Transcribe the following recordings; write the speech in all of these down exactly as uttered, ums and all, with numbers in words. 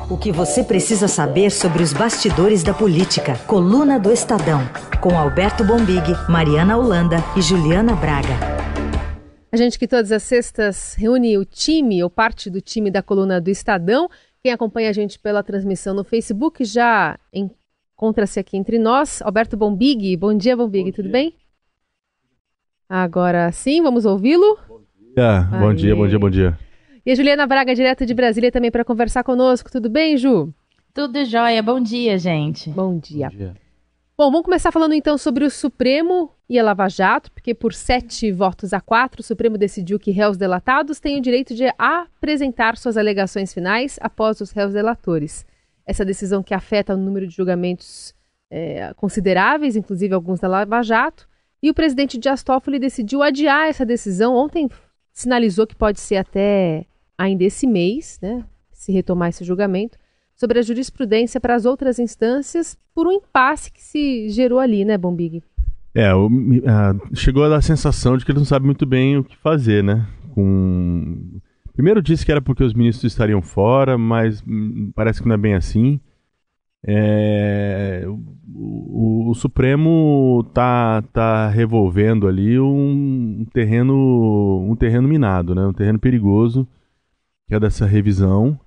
O que você precisa saber sobre os bastidores da política. Coluna do Estadão. Com Alberto Bombig, Mariana Holanda e Juliana Braga. A gente que todas as sextas reúne o time, ou parte do time da Coluna do Estadão. Quem acompanha a gente pela transmissão no Facebook já encontra-se aqui entre nós. Alberto Bombig. Bom dia, Bombig. Tudo bem? Agora sim, vamos ouvi-lo? Bom dia, bom dia, bom dia, bom dia. E a Juliana Braga, direto de Brasília, também para conversar conosco. Tudo bem, Ju? Tudo jóia. Bom dia, gente. Bom dia. Bom dia. Bom, vamos começar falando então sobre o Supremo e a Lava Jato, porque por sete votos a quatro, o Supremo decidiu que réus delatados têm o direito de apresentar suas alegações finais após os réus delatores. Essa decisão que afeta o número de julgamentos é, consideráveis, inclusive alguns da Lava Jato, e o presidente Dias Toffoli decidiu adiar essa decisão. Ontem sinalizou que pode ser até ainda esse mês, né, se retomar esse julgamento, sobre a jurisprudência para as outras instâncias, por um impasse que se gerou ali, né, Bombig? É, o, a, chegou a dar a sensação de que ele não sabe muito bem o que fazer, né? Com... Primeiro disse que era porque os ministros estariam fora, mas hum, parece que não é bem assim. É, o, o, o Supremo tá, tá revolvendo ali um, um terreno um terreno minado, né? Um terreno perigoso, que é dessa revisão.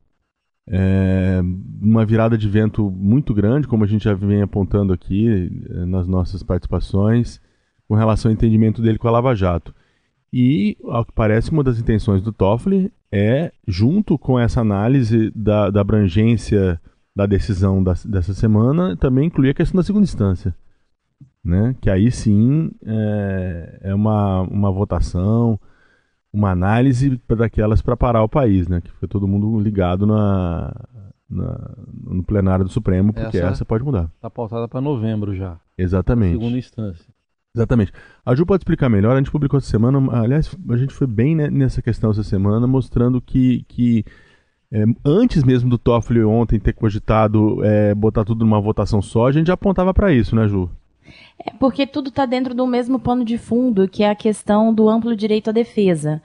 É, uma virada de vento muito grande, como a gente já vem apontando aqui nas nossas participações, com relação ao entendimento dele com a Lava Jato. E, ao que parece, uma das intenções do Toffoli é, junto com essa análise da, da abrangência da decisão da, dessa semana, também incluir a questão da segunda instância, né? Que aí sim é, é uma, uma votação, uma análise daquelas para parar o país, né? Que fica todo mundo ligado na, na, no plenário do Supremo, porque essa, essa pode mudar. Está pautada para novembro já. Exatamente. Segunda instância. Exatamente. A Ju pode explicar melhor. A gente publicou essa semana, aliás, a gente foi bem nessa questão essa semana, mostrando que, que é, antes mesmo do Toffoli ontem ter cogitado é, botar tudo numa votação só, a gente já apontava para isso, né, Ju? É porque tudo está dentro do mesmo pano de fundo, que é a questão do amplo direito à defesa.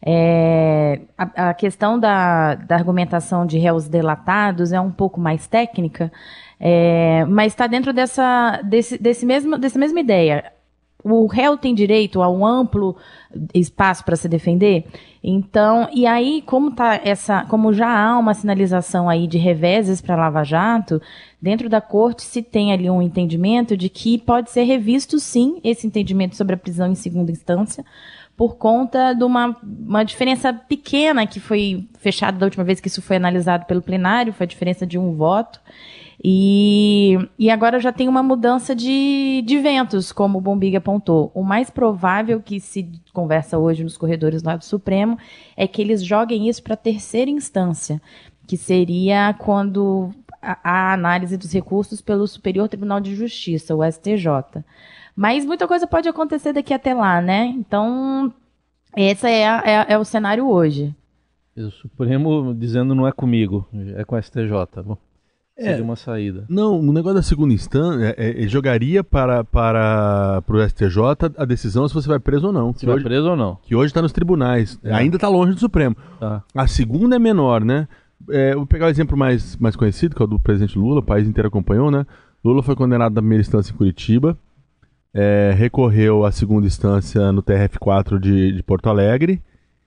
É, a, a questão da, da argumentação de réus delatados é um pouco mais técnica, é, mas está dentro dessa, desse, desse mesmo, dessa mesma ideia. O réu tem direito a um amplo espaço para se defender. Então, e aí, como, tá essa, como já há uma sinalização aí de reveses para Lava Jato, dentro da corte se tem ali um entendimento de que pode ser revisto, sim, esse entendimento sobre a prisão em segunda instância, por conta de uma, uma diferença pequena que foi fechada da última vez que isso foi analisado pelo plenário, foi a diferença de um voto. E, e agora já tem uma mudança de, de ventos, como o Bombig apontou. O mais provável que se conversa hoje nos corredores lá do Supremo é que eles joguem isso para a terceira instância, que seria quando a, a análise dos recursos pelo Superior Tribunal de Justiça, o S T J. Mas muita coisa pode acontecer daqui até lá, né? Então, esse é, a, é, é o cenário hoje. O Supremo dizendo não é comigo, é com o S T J. Bom. Seria uma saída. Não, o negócio da segunda instância é, é, jogaria para, para, para o S T J a decisão se você vai preso ou não. Se vai hoje, preso ou não. Que hoje está nos tribunais. É. Ainda está longe do Supremo. Tá. A segunda é menor, né? É, vou pegar o exemplo mais, mais conhecido, que é o do presidente Lula, o país inteiro acompanhou, né? Lula foi condenado na primeira instância em Curitiba, é, recorreu à segunda instância no T R F quatro de, de Porto Alegre.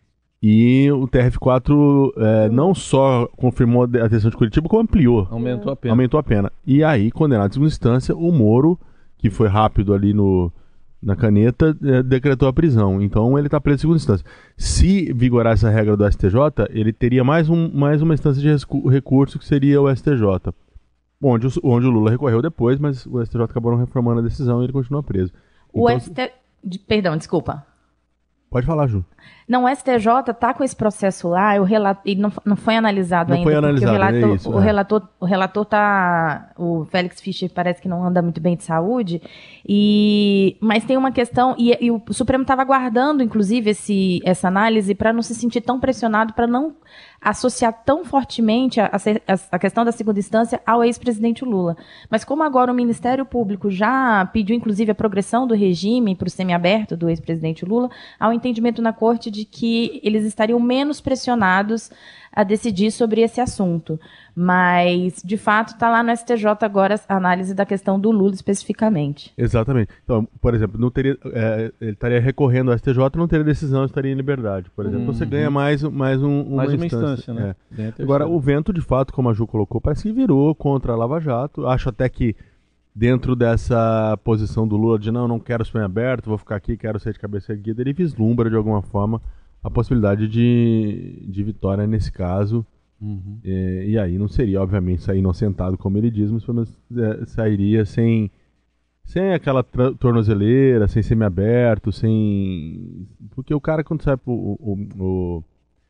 E o T R F quatro é, não só confirmou a decisão de Curitiba, como ampliou. Aumentou a pena. Aumentou a pena. E aí, condenado em segunda instância, o Moro, que foi rápido ali no, na caneta, é, decretou a prisão. Então ele está preso em segunda instância. Se vigorar essa regra do S T J, ele teria mais, um, mais uma instância de recurso, que seria o S T J. Onde o, onde o Lula recorreu depois, mas o S T J acabou não reformando a decisão e ele continua preso. O então, S T... Perdão, desculpa. Pode falar, Ju. Não, o S T J está com esse processo lá, o relato, ele não, não foi analisado não ainda. Foi analisado, o relator, é isso, o é. relator, o relator tá, o Félix Fischer parece que não anda muito bem de saúde, e, mas tem uma questão, e, e o Supremo estava aguardando, inclusive, esse, essa análise para não se sentir tão pressionado, para não associar tão fortemente a, a, a questão da segunda instância ao ex-presidente Lula. Mas como agora o Ministério Público já pediu, inclusive, a progressão do regime para o semiaberto do ex-presidente Lula, há um entendimento na corte de que eles estariam menos pressionados a decidir sobre esse assunto. Mas, de fato, está lá no S T J agora a análise da questão do Lula especificamente. Exatamente. Então, por exemplo, não teria, é, ele estaria recorrendo ao S T J, não teria decisão, estaria em liberdade. Por exemplo, uhum. Você ganha mais, mais, um, uma, mais uma instância. instância, né? É. Agora, o vento, de fato, como a Ju colocou, parece que virou contra a Lava Jato. Acho até que dentro dessa posição do Lula de não, não quero Supremo aberto, vou ficar aqui, quero ser de cabeça erguida, ele vislumbra de alguma forma a possibilidade de, de vitória nesse caso. Uhum. É, e aí não seria, obviamente, sair inocentado, como ele diz, mas pelo menos é, sairia sem, sem aquela tornozeleira, sem semiaberto, sem... Porque o cara, quando sai pro... O, o,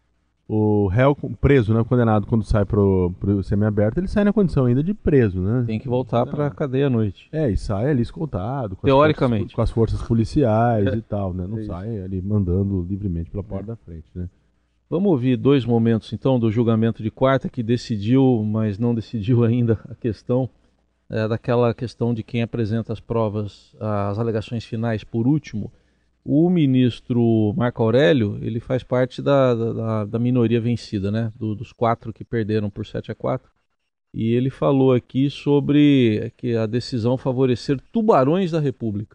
o réu preso, né, o condenado, quando sai pro, pro semiaberto, ele sai na condição ainda de preso, né? Tem que voltar pra cadeia à noite. É, e sai ali escoltado. Com Teoricamente. As forças, com as forças policiais é. e tal, né? Não é sai ali mandando livremente pela porta é. da frente, né? Vamos ouvir dois momentos, então, do julgamento de quarta, que decidiu, mas não decidiu ainda a questão, é, daquela questão de quem apresenta as provas, as alegações finais por último. O ministro Marco Aurélio, ele faz parte da, da, da minoria vencida, né? Do, dos quatro que perderam por sete a quatro. E ele falou aqui sobre que a decisão favorecer tubarões da República.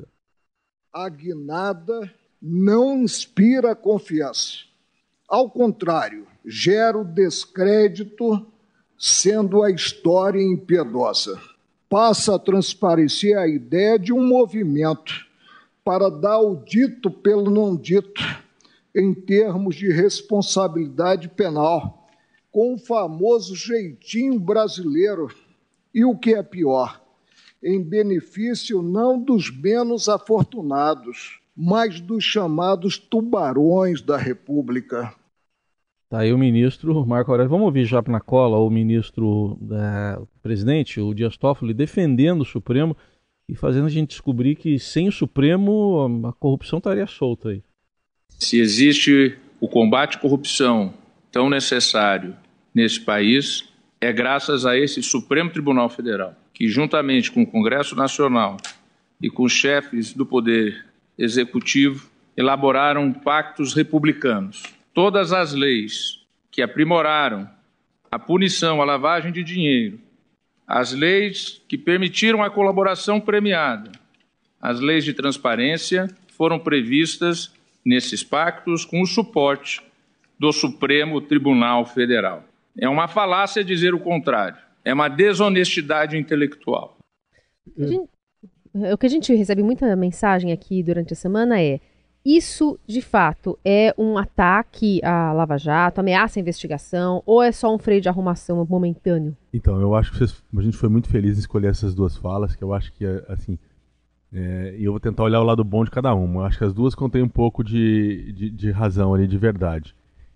A guinada não inspira confiança. Ao contrário, gera o descrédito, sendo a história impiedosa. Passa a transparecer a ideia de um movimento para dar o dito pelo não dito, em termos de responsabilidade penal, com o famoso jeitinho brasileiro, e o que é pior, em benefício não dos menos afortunados, mas dos chamados tubarões da República. Tá aí o ministro Marco Aurélio. Vamos ouvir já na cola o ministro, é, o presidente, o Dias Toffoli, defendendo o Supremo e fazendo a gente descobrir que sem o Supremo a corrupção estaria solta aí. Se existe o combate à corrupção tão necessário nesse país, é graças a esse Supremo Tribunal Federal, que juntamente com o Congresso Nacional e com os chefes do Poder Executivo elaboraram pactos republicanos. Todas as leis que aprimoraram a punição à lavagem de dinheiro, as leis que permitiram a colaboração premiada, as leis de transparência foram previstas nesses pactos com o suporte do Supremo Tribunal Federal. É uma falácia dizer o contrário, é uma desonestidade intelectual. Gente, o que a gente recebe muita mensagem aqui durante a semana é: isso, de fato, é um ataque à Lava Jato, ameaça à investigação, ou é só um freio de arrumação momentâneo? Então, eu acho que vocês, a gente foi muito feliz em escolher essas duas falas, que eu acho que, assim, é, e eu vou tentar olhar o lado bom de cada uma. Eu acho que as duas contêm um pouco de, de, de razão ali, de verdade.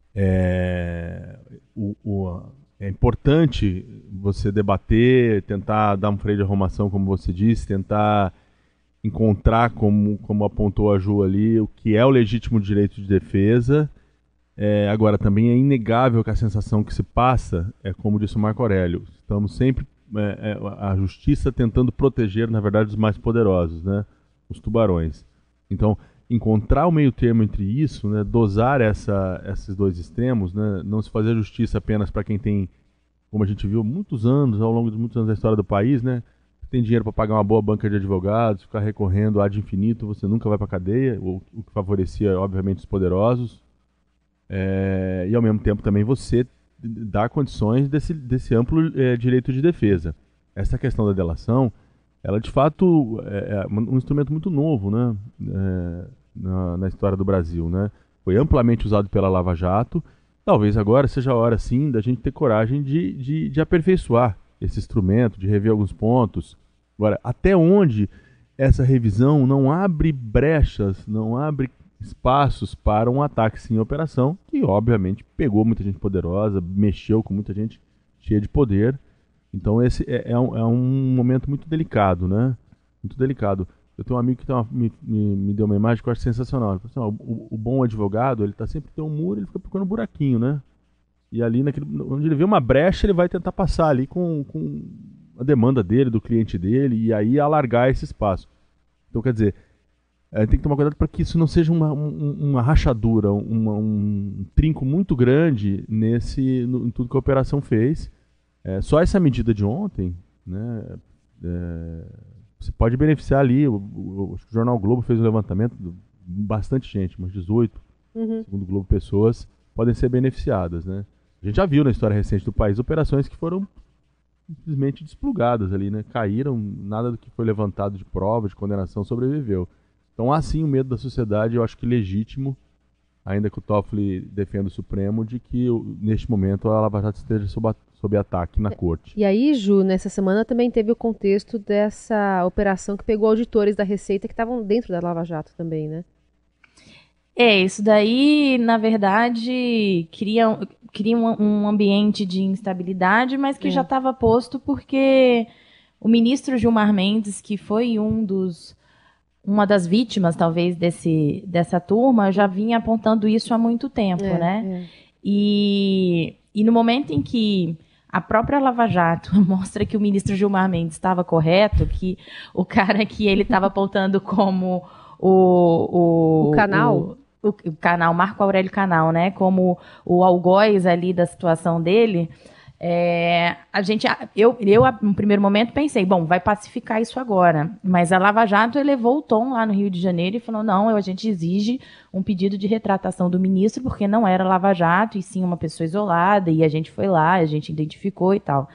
É, o, o, é importante você debater, tentar dar um freio de arrumação, como você disse, tentar encontrar, como, como apontou a Ju ali, o que é o legítimo direito de defesa. É, agora, também é inegável que a sensação que se passa é, como disse o Marco Aurélio, estamos sempre, é, é, a justiça tentando proteger, na verdade, os mais poderosos, né? Os tubarões. Então, encontrar o meio termo entre isso, né? Dosar essa, esses dois extremos, né? Não se fazer justiça apenas para quem tem, como a gente viu, muitos anos, ao longo de muitos anos da história do país, né? Tem dinheiro para pagar uma boa banca de advogados, ficar recorrendo ad infinito, você nunca vai para a cadeia, o, o que favorecia, obviamente, os poderosos. É, e, ao mesmo tempo, também você dá condições desse, desse amplo é, direito de defesa. Essa questão da delação, ela, de fato, é, é um instrumento muito novo, né, é, na, na história do Brasil, né? Foi amplamente usado pela Lava Jato. Talvez agora seja a hora, sim, da gente ter coragem de, de, de aperfeiçoar esse instrumento, de rever alguns pontos. Agora, até onde essa revisão não abre brechas, não abre espaços para um ataque sim em operação, que obviamente pegou muita gente poderosa, mexeu com muita gente cheia de poder. Então esse é, é, um, é um momento muito delicado, né? Muito delicado. Eu tenho um amigo que tem uma, me, me, me deu uma imagem que eu acho sensacional. Ele falou assim, ó, o, o bom advogado, ele tá sempre tem um muro, ele fica procurando um buraquinho, né? E ali, naquele, onde ele vê uma brecha, ele vai tentar passar ali com, com a demanda dele, do cliente dele, e aí alargar esse espaço. Então, quer dizer, é, tem que tomar cuidado para que isso não seja uma, um, uma rachadura, uma, um trinco muito grande nesse, no, em tudo que a operação fez. É, só essa medida de ontem, né, é, você pode beneficiar ali, o, o, o Jornal Globo fez um levantamento, bastante gente, umas dezoito, uhum. segundo o Globo, pessoas podem ser beneficiadas, né? A gente já viu na história recente do país operações que foram simplesmente desplugadas ali, né? Caíram, nada do que foi levantado de prova, de condenação sobreviveu. Então há sim o medo da sociedade, eu acho que legítimo, ainda que o Toffoli defenda o Supremo, de que neste momento a Lava Jato esteja sob, sob ataque na corte. E aí, Ju, nessa semana também teve o contexto dessa operação que pegou auditores da Receita que estavam dentro da Lava Jato também, né? É, isso daí, na verdade, cria, cria um, um ambiente de instabilidade, mas que é. já estava posto porque o ministro Gilmar Mendes, que foi um dos, uma das vítimas, talvez, desse, dessa turma, já vinha apontando isso há muito tempo, é, né? É. E, e no momento em que a própria Lava Jato mostra que o ministro Gilmar Mendes estava correto, que o cara que ele estava apontando como o... O, o canal... O, O, o canal, Marco Aurélio Canal, né, como o algoz ali da situação dele, é, a gente, eu, eu, no primeiro momento, pensei, bom, vai pacificar isso agora, mas a Lava Jato elevou o tom lá no Rio de Janeiro e falou, não, a gente exige um pedido de retratação do ministro, porque não era Lava Jato, e sim uma pessoa isolada, e a gente foi lá, a gente identificou e tal.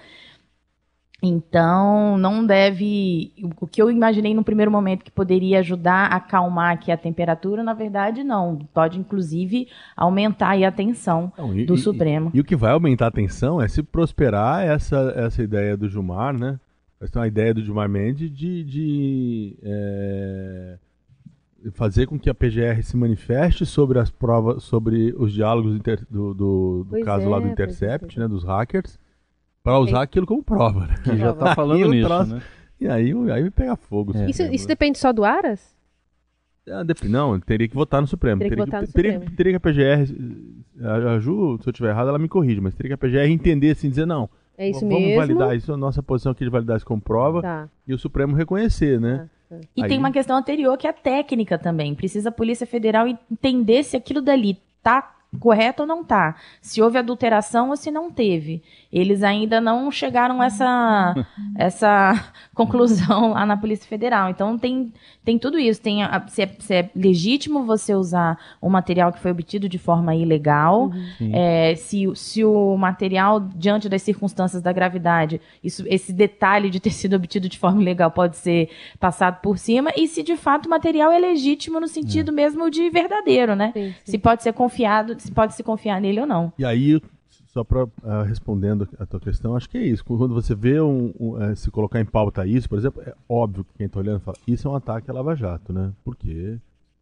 Então, não deve... O que eu imaginei no primeiro momento que poderia ajudar a acalmar aqui a temperatura, na verdade, não. Pode, inclusive, aumentar aí a tensão não, e, do e, Supremo. E, e o que vai aumentar a tensão é se prosperar essa, essa ideia do Gilmar, né? Essa é uma ideia do Gilmar Mendes de, de é, fazer com que a P G R se manifeste sobre as provas, sobre os diálogos inter, do, do, do caso é, lá do Intercept, é. né, dos hackers, para usar aquilo como prova, né? Que já está falando nisso, troço, né? E aí, aí vai pegar fogo. É. Isso, isso depende só do Aras? Não, teria que votar no Supremo. Teria que, teria votar que, no teria, Supremo. Teria que a P G R, a Ju, se eu estiver errado, ela me corrige, mas teria que a P G R entender assim, dizer não, é isso vamos mesmo. validar isso, a nossa posição aqui de validar isso como prova, tá. E o Supremo reconhecer, né? Tá, tá. E aí... tem uma questão anterior que é a técnica também. Precisa a Polícia Federal entender se aquilo dali tá correto ou não tá, se houve adulteração ou se não teve. Eles ainda não chegaram a essa, essa conclusão lá na Polícia Federal. Então tem, tem tudo isso. Tem a, se, é, se é legítimo você usar um material que foi obtido de forma ilegal, uhum. é, se, se o material, diante das circunstâncias da gravidade, isso, esse detalhe de ter sido obtido de forma ilegal pode ser passado por cima, e se de fato o material é legítimo no sentido é. mesmo de verdadeiro, né? Sim, sim. Se pode ser confiado, se pode se confiar nele ou não. E aí, só para uh, respondendo a tua questão, acho que é isso. Quando você vê um, um, uh, se colocar em pauta isso, por exemplo, é óbvio que quem está olhando fala, isso é um ataque à Lava Jato, né? Porque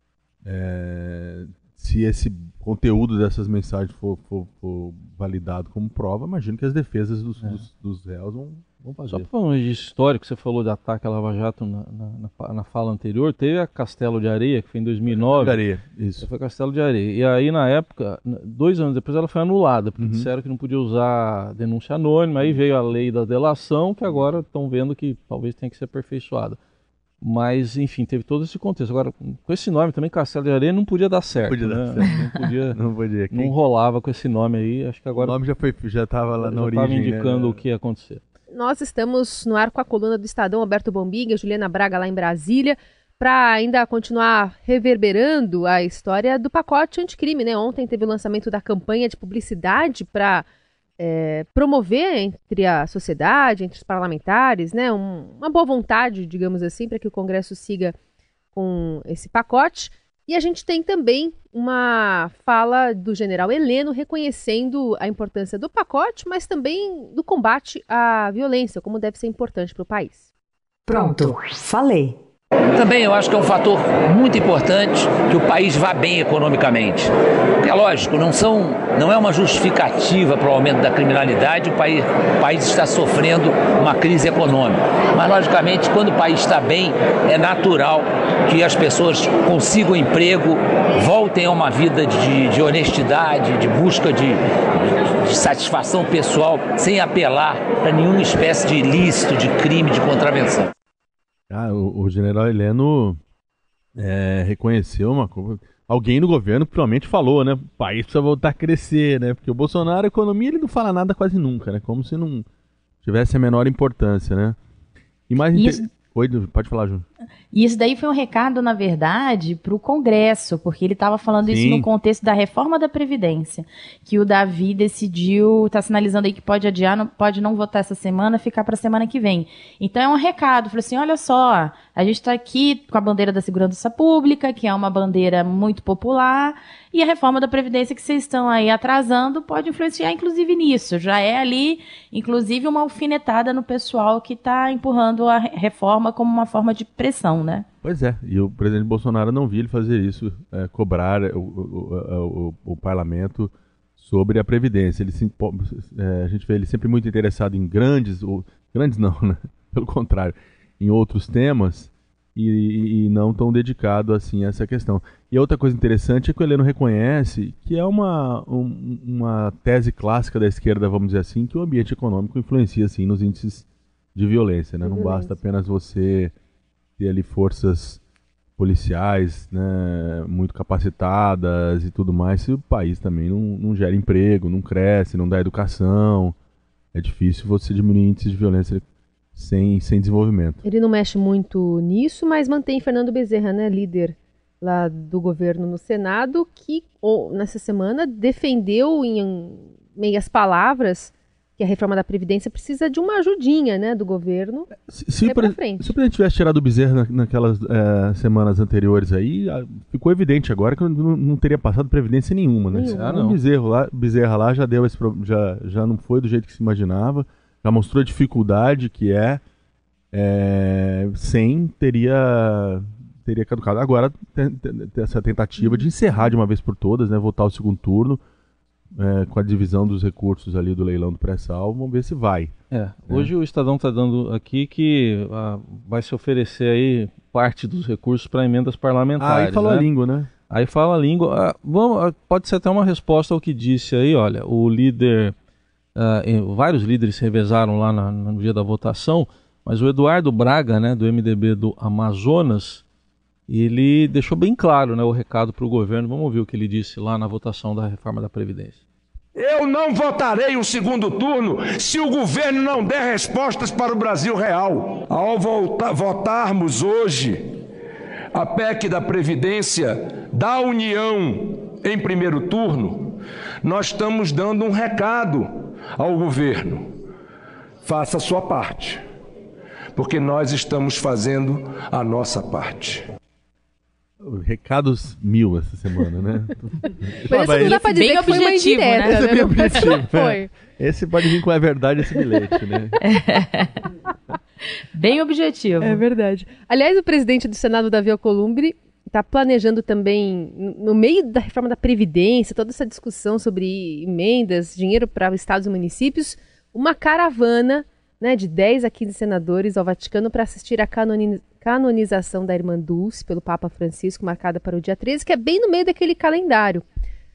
é, se esse conteúdo dessas mensagens for, for, for validado como prova, imagino que as defesas dos, é. dos, dos réus vão, vão fazer. Só para falar de histórico, você falou de ataque à Lava Jato na, na, na fala anterior, teve a Castelo de Areia, que foi em dois mil e nove. De Areia, isso. Foi Castelo de Areia. E aí, na época, dois anos depois, ela foi anulada, porque uhum. disseram que não podia usar denúncia anônima, aí veio a lei da delação, que agora estão vendo que talvez tenha que ser aperfeiçoada. Mas, enfim, teve todo esse contexto. Agora, com esse nome também, Castelo de Areia, não podia dar certo. Podia né? dar certo. Não podia, não podia. Não rolava com esse nome aí. Acho que agora... O nome já foi, já estava lá na já origem, estava indicando né? o que ia acontecer. Nós estamos no ar com a coluna do Estadão, Alberto Bombig, a Juliana Braga lá em Brasília, para ainda continuar reverberando a história do pacote anticrime, né? Ontem teve o lançamento da campanha de publicidade para é, promover entre a sociedade, entre os parlamentares, né? Um, uma boa vontade, digamos assim, para que o Congresso siga com esse pacote. E a gente tem também uma fala do general Heleno reconhecendo a importância do pacote, mas também do combate à violência, como deve ser importante para o país. Pronto, falei. Também eu acho que é um fator muito importante que o país vá bem economicamente. É lógico, não, são, não é uma justificativa para o aumento da criminalidade, o país, o país está sofrendo uma crise econômica. Mas, logicamente, quando o país está bem, é natural que as pessoas consigam emprego, voltem a uma vida de, de honestidade, de busca de, de satisfação pessoal, sem apelar para nenhuma espécie de ilícito, de crime, de contravenção. Ah, o, o general Heleno é, reconheceu uma coisa. Alguém no governo provavelmente falou, né? O país precisa voltar a crescer, né? Porque o Bolsonaro, a economia, ele não fala nada quase nunca, né? Como se não tivesse a menor importância, né? E mais Isso... inter... Oi, pode falar, Ju. E isso daí foi um recado, na verdade, para o Congresso, porque ele estava falando Sim. isso no contexto da reforma da Previdência, que o Davi decidiu, está sinalizando aí que pode adiar, não, pode não votar essa semana, ficar para a semana que vem. Então é um recado, falou assim, olha só, a gente está aqui com a bandeira da segurança pública, que é uma bandeira muito popular, e a reforma da Previdência que vocês estão aí atrasando pode influenciar, inclusive, nisso. Já é ali, inclusive, uma alfinetada no pessoal que está empurrando a reforma como uma forma de pressão, né? Pois é, e o presidente Bolsonaro não viu ele fazer isso, é, cobrar o, o, o, o parlamento sobre a Previdência. Ele se, é, a gente vê ele sempre muito interessado em grandes, ou grandes não, né? Pelo contrário, em outros temas, e, e não tão dedicado assim a essa questão. E outra coisa interessante é que o Heleno reconhece que é uma, um, uma tese clássica da esquerda, vamos dizer assim, que o ambiente econômico influencia assim, nos índices de violência, né? Não basta apenas você ter ali forças policiais, né, muito capacitadas e tudo mais, se o país também não, não gera emprego, não cresce, não dá educação. É difícil você diminuir índices de violência sem, sem desenvolvimento. Ele não mexe muito nisso, mas mantém Fernando Bezerra, né, líder lá do governo no Senado, que ou, nessa semana defendeu em meias palavras que a reforma da Previdência precisa de uma ajudinha, né, do governo. Se, se, o, pre se o presidente tivesse tirado o Bezerra na, naquelas é, semanas anteriores aí, ficou evidente agora que não, não teria passado Previdência nenhuma, né? Nenhuma. Ah, não. O Bezerra lá, Bezerra lá já, deu esse, já, já não foi do jeito que se imaginava, já mostrou a dificuldade que é, é sem teria, teria caducado. Agora, tem, tem essa tentativa de encerrar de uma vez por todas, né, votar o segundo turno, É, com a divisão dos recursos ali do leilão do pré-sal, vamos ver se vai. É, hoje é. O Estadão está dando aqui que ah, vai se oferecer aí parte dos recursos para emendas parlamentares. Ah, aí falou né? a língua, né? Aí fala a língua. Ah, vamos, pode ser até uma resposta ao que disse aí, olha, o líder, ah, vários líderes se revezaram lá na, no dia da votação, mas o Eduardo Braga, né, do M D B do Amazonas, ele deixou bem claro, né, o recado para o governo. Vamos ouvir o que ele disse lá na votação da reforma da Previdência. Eu não votarei um segundo turno se o governo não der respostas para o Brasil real. Ao volta, votarmos hoje a P E C da Previdência da União em primeiro turno, nós estamos dando um recado ao governo. Faça a sua parte, porque nós estamos fazendo a nossa parte. Recados mil essa semana, né? Mas isso não dá pra dizer bem que foi uma indireta, né? Esse é bem né? objetivo. Foi. Esse pode vir com a verdade, esse bilhete, né? Bem objetivo. É verdade. Aliás, o presidente do Senado, Davi Alcolumbre, está planejando também, no meio da reforma da Previdência, toda essa discussão sobre emendas, dinheiro para estados e municípios, uma caravana, né, de dez a quinze senadores ao Vaticano para assistir à canoni canonização da Irmã Dulce pelo Papa Francisco, marcada para o dia treze, que é bem no meio daquele calendário.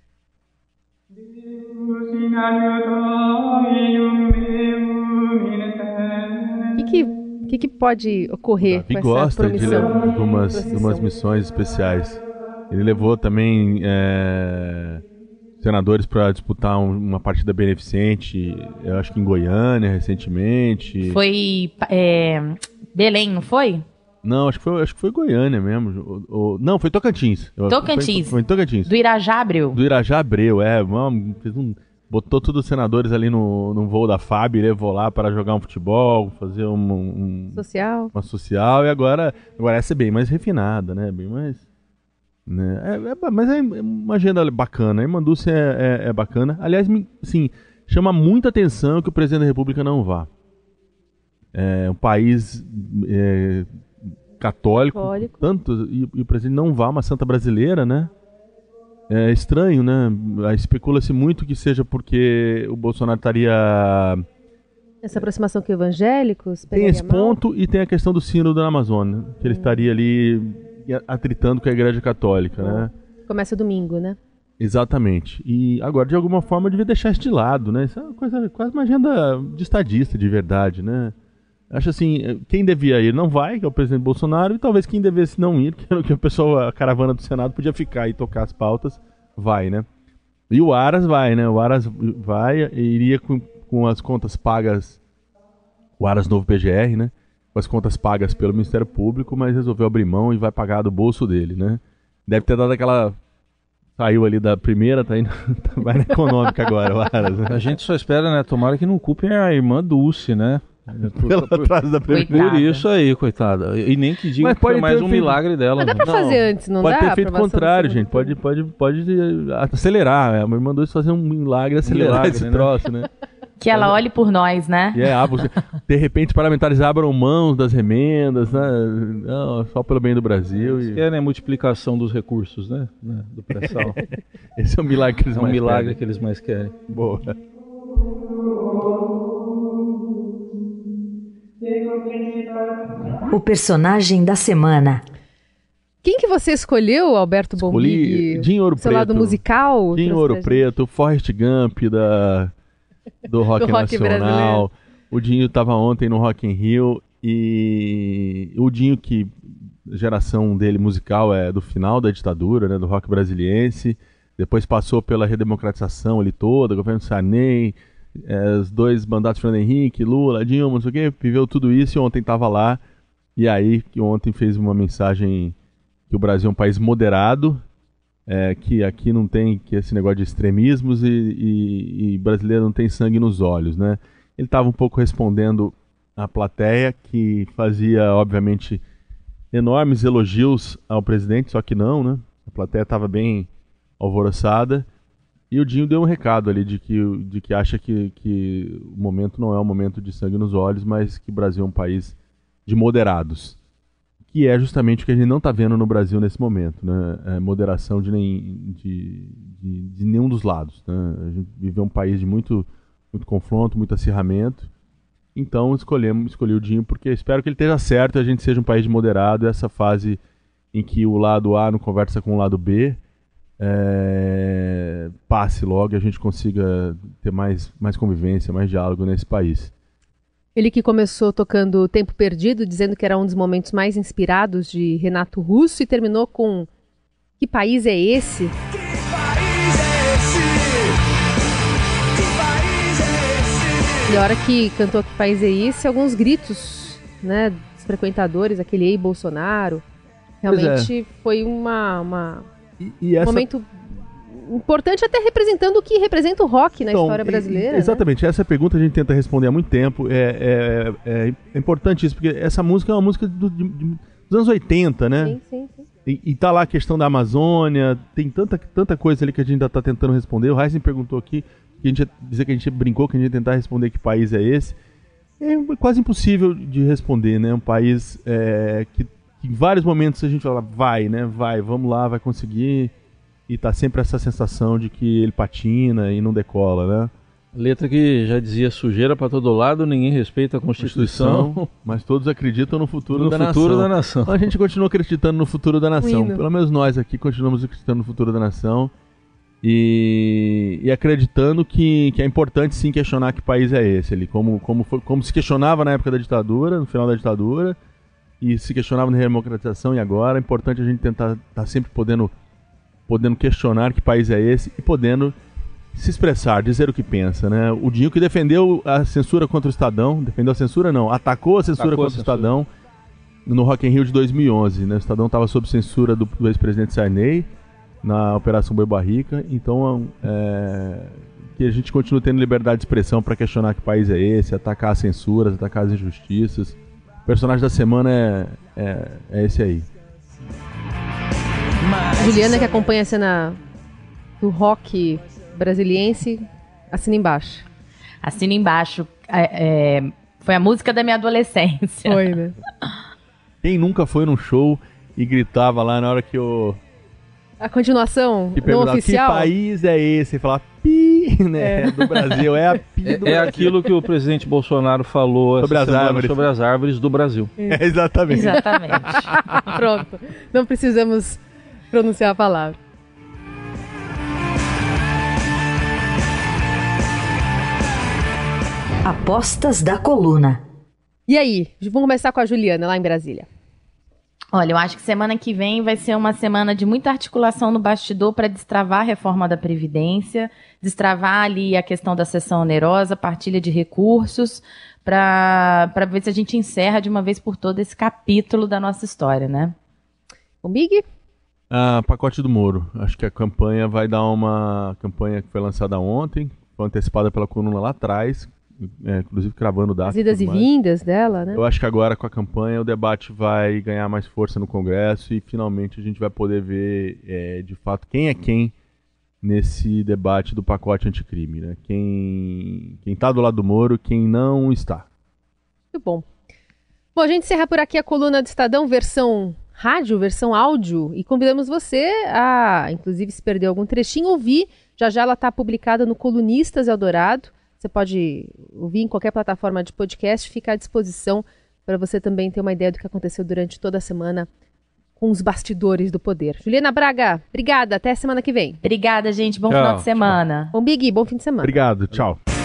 O que, que, que pode ocorrer Davi com essa gosta promissão? de, de, umas, de umas missões especiais. Ele levou também é, senadores para disputar um, uma partida beneficente, eu acho que em Goiânia, recentemente. Foi é, Belém, não foi? Não, acho que foi, acho que foi Goiânia mesmo. O, o, não, foi Tocantins. Tocantins. Foi, foi em Tocantins. Do Irajá Abreu. Do Irajá Abreu, é. Fez um, botou todos os senadores ali no, no voo da F A B, levou lá para jogar um futebol, fazer um, um, social. uma social. E agora, agora essa é bem mais refinada, né? Bem mais... Né? É, é, mas é uma agenda bacana. A Irmã Dulce é, é, é bacana. Aliás, sim, chama muita atenção que o presidente da República não vá. É um país... É, católico, católico. Tanto, e, e o presidente não vá, uma santa brasileira, né? É estranho, né? Especula-se muito que seja porque o Bolsonaro estaria... Essa aproximação com evangélicos? Tem esse ponto e tem a questão do sínodo da Amazônia, que ele hum. estaria ali atritando com a Igreja Católica, hum. né? Começa domingo, né? Exatamente. E agora, de alguma forma, devia deixar isso de lado, né? Isso é uma coisa, quase uma agenda de estadista, de verdade, né? Acho assim, quem devia ir não vai, que é o presidente Bolsonaro, e talvez quem devesse não ir, que o pessoal, a caravana do Senado podia ficar e tocar as pautas, vai, né? E o Aras vai, né? O Aras vai e iria com, com as contas pagas, o Aras novo P G R, né? Com as contas pagas pelo Ministério Público, mas resolveu abrir mão e vai pagar do bolso dele, né? Deve ter dado aquela... Saiu ali da primeira, tá indo, vai na econômica agora, o Aras. Né? A gente só espera, né? Tomara que não culpem a irmã Dulce, né? Pelo atraso da primeira. Por isso aí, coitada. E nem que diga que foi mais um feito... milagre dela. Mas dá pra não. fazer antes, não pode dá? Pode ter feito o contrário, gente. Pode, pode, pode acelerar. A minha irmã Dulce fazer um milagre, acelerar milagre, esse né? troço, né? Que ela olhe por nós, né? É, ah, você, de repente, os parlamentares abram mãos das remendas, né? Não, só pelo bem do Brasil. Eles e... querem a multiplicação dos recursos, né? Do pré-sal. Esse é o milagre que eles é um mais milagre querem. que eles mais querem. Boa. O personagem da semana. Quem que você escolheu, Alberto Bombig? Dinho Ouro Seu Preto. lado musical? Dinho Ouro Preto, Forrest Gump da, do Rock do rock Nacional. Brasileiro. O Dinho estava ontem no Rock in Rio e o Dinho, que a geração dele musical é do final da ditadura, né, do rock brasiliense, depois passou pela redemocratização ali toda, governo Sarney, é, os dois mandatos de Fernando Henrique, Lula, Dilma, não sei o quê, viveu tudo isso e ontem estava lá. E aí, que ontem fez uma mensagem que o Brasil é um país moderado, é, que aqui não tem que esse negócio de extremismos e, e, e brasileiro não tem sangue nos olhos, né? Ele estava um pouco respondendo à plateia, que fazia, obviamente, enormes elogios ao presidente, só que não, né? A plateia estava bem alvoroçada. E o Dinho deu um recado ali de que, de que acha que, que o momento não é um momento de sangue nos olhos, mas que o Brasil é um país de moderados. Que é justamente o que a gente não está vendo no Brasil nesse momento, né? É moderação de, nem, de, de, de nenhum dos lados, né? A gente vive um país de muito, muito confronto, muito acirramento. Então escolhemos, escolhi o Dinho porque espero que ele esteja certo e a gente seja um país de moderado. Essa fase em que o lado A não conversa com o lado B, é, passe logo e a gente consiga ter mais, mais convivência, mais diálogo nesse país. Ele que começou tocando Tempo Perdido, dizendo que era um dos momentos mais inspirados de Renato Russo, e terminou com Que País é Esse? Que país é esse? Que país é esse? E a hora que cantou Que País é Esse, alguns gritos, né, dos frequentadores, aquele Ei Bolsonaro. Realmente é. foi uma, uma e, e essa... um momento importante, até representando o que representa o rock na então, história brasileira. E, exatamente, né? Essa pergunta a gente tenta responder há muito tempo. É, é, é, é importante isso, porque essa música é uma música do, de, de, dos anos oitenta, né? Sim, sim, sim. E, e tá lá a questão da Amazônia, tem tanta, tanta coisa ali que a gente ainda tá tentando responder. O Heisen perguntou aqui, que a gente ia dizer que a gente brincou, que a gente ia tentar responder que país é esse. É quase impossível de responder, né? Um país é, que, que em vários momentos a gente fala, vai, né? Vai, vamos lá, vai conseguir. E tá sempre essa sensação de que ele patina e não decola, né? Letra que já dizia sujeira para todo lado, ninguém respeita a Constituição, Constituição mas todos acreditam no futuro, no da, futuro nação. da nação. Então a gente continua acreditando no futuro da nação. Pelo menos nós aqui continuamos acreditando no futuro da nação e, e acreditando que, que é importante sim questionar que país é esse. Ele, como, como, foi, como se questionava na época da ditadura, no final da ditadura, e se questionava na redemocratização e agora. É importante a gente tentar estar tá sempre podendo podendo questionar que país é esse e podendo se expressar, dizer o que pensa, né? O Dinho que defendeu a censura contra o Estadão, defendeu a censura não, atacou a censura atacou contra a censura. o Estadão no Rock in Rio de dois mil e onze, né? O Estadão estava sob censura do, do ex-presidente Sarney na Operação Boi Barrica, então é, que a gente continue tendo liberdade de expressão para questionar que país é esse, atacar as censuras, atacar as injustiças. O personagem da semana é, é, é esse aí. Juliana, que acompanha a cena do rock brasiliense, assina embaixo. Assina embaixo. É, é, foi a música da minha adolescência. Foi, né? Quem nunca foi num show e gritava lá na hora que o... A continuação não oficial? Que país é esse? E falava pi, né? É. Do Brasil. É a pi do é, Brasil. É aquilo que o presidente Bolsonaro falou sobre essa as semana árvores. sobre as árvores do Brasil. É, exatamente. Exatamente. Pronto. Não precisamos pronunciar a palavra. Apostas da coluna. E aí, vamos começar com a Juliana, lá em Brasília. Olha, eu acho que semana que vem vai ser uma semana de muita articulação no bastidor para destravar a reforma da Previdência, destravar ali a questão da cessão onerosa, partilha de recursos, para ver se a gente encerra de uma vez por todas esse capítulo da nossa história, né? O Big? Ah, pacote do Moro. Acho que a campanha vai dar uma campanha que foi lançada ontem, foi antecipada pela coluna lá atrás, é, inclusive cravando datas. As idas e mais. vindas dela, né? Eu acho que agora com a campanha o debate vai ganhar mais força no Congresso e finalmente a gente vai poder ver é, de fato quem é quem nesse debate do pacote anticrime, né? Quem quem está do lado do Moro, quem não está. Muito bom. Bom, a gente encerra por aqui a coluna do Estadão, versão rádio, versão áudio, e convidamos você a, inclusive se perdeu algum trechinho, ouvir. Já já ela está publicada no Colunistas Eldorado. Você pode ouvir em qualquer plataforma de podcast, fica à disposição para você também ter uma ideia do que aconteceu durante toda a semana com os bastidores do poder. Juliana Braga, obrigada, até semana que vem. Obrigada, gente, bom Tchau, final de semana. Bom, Big, bom fim de semana. Obrigado, tchau.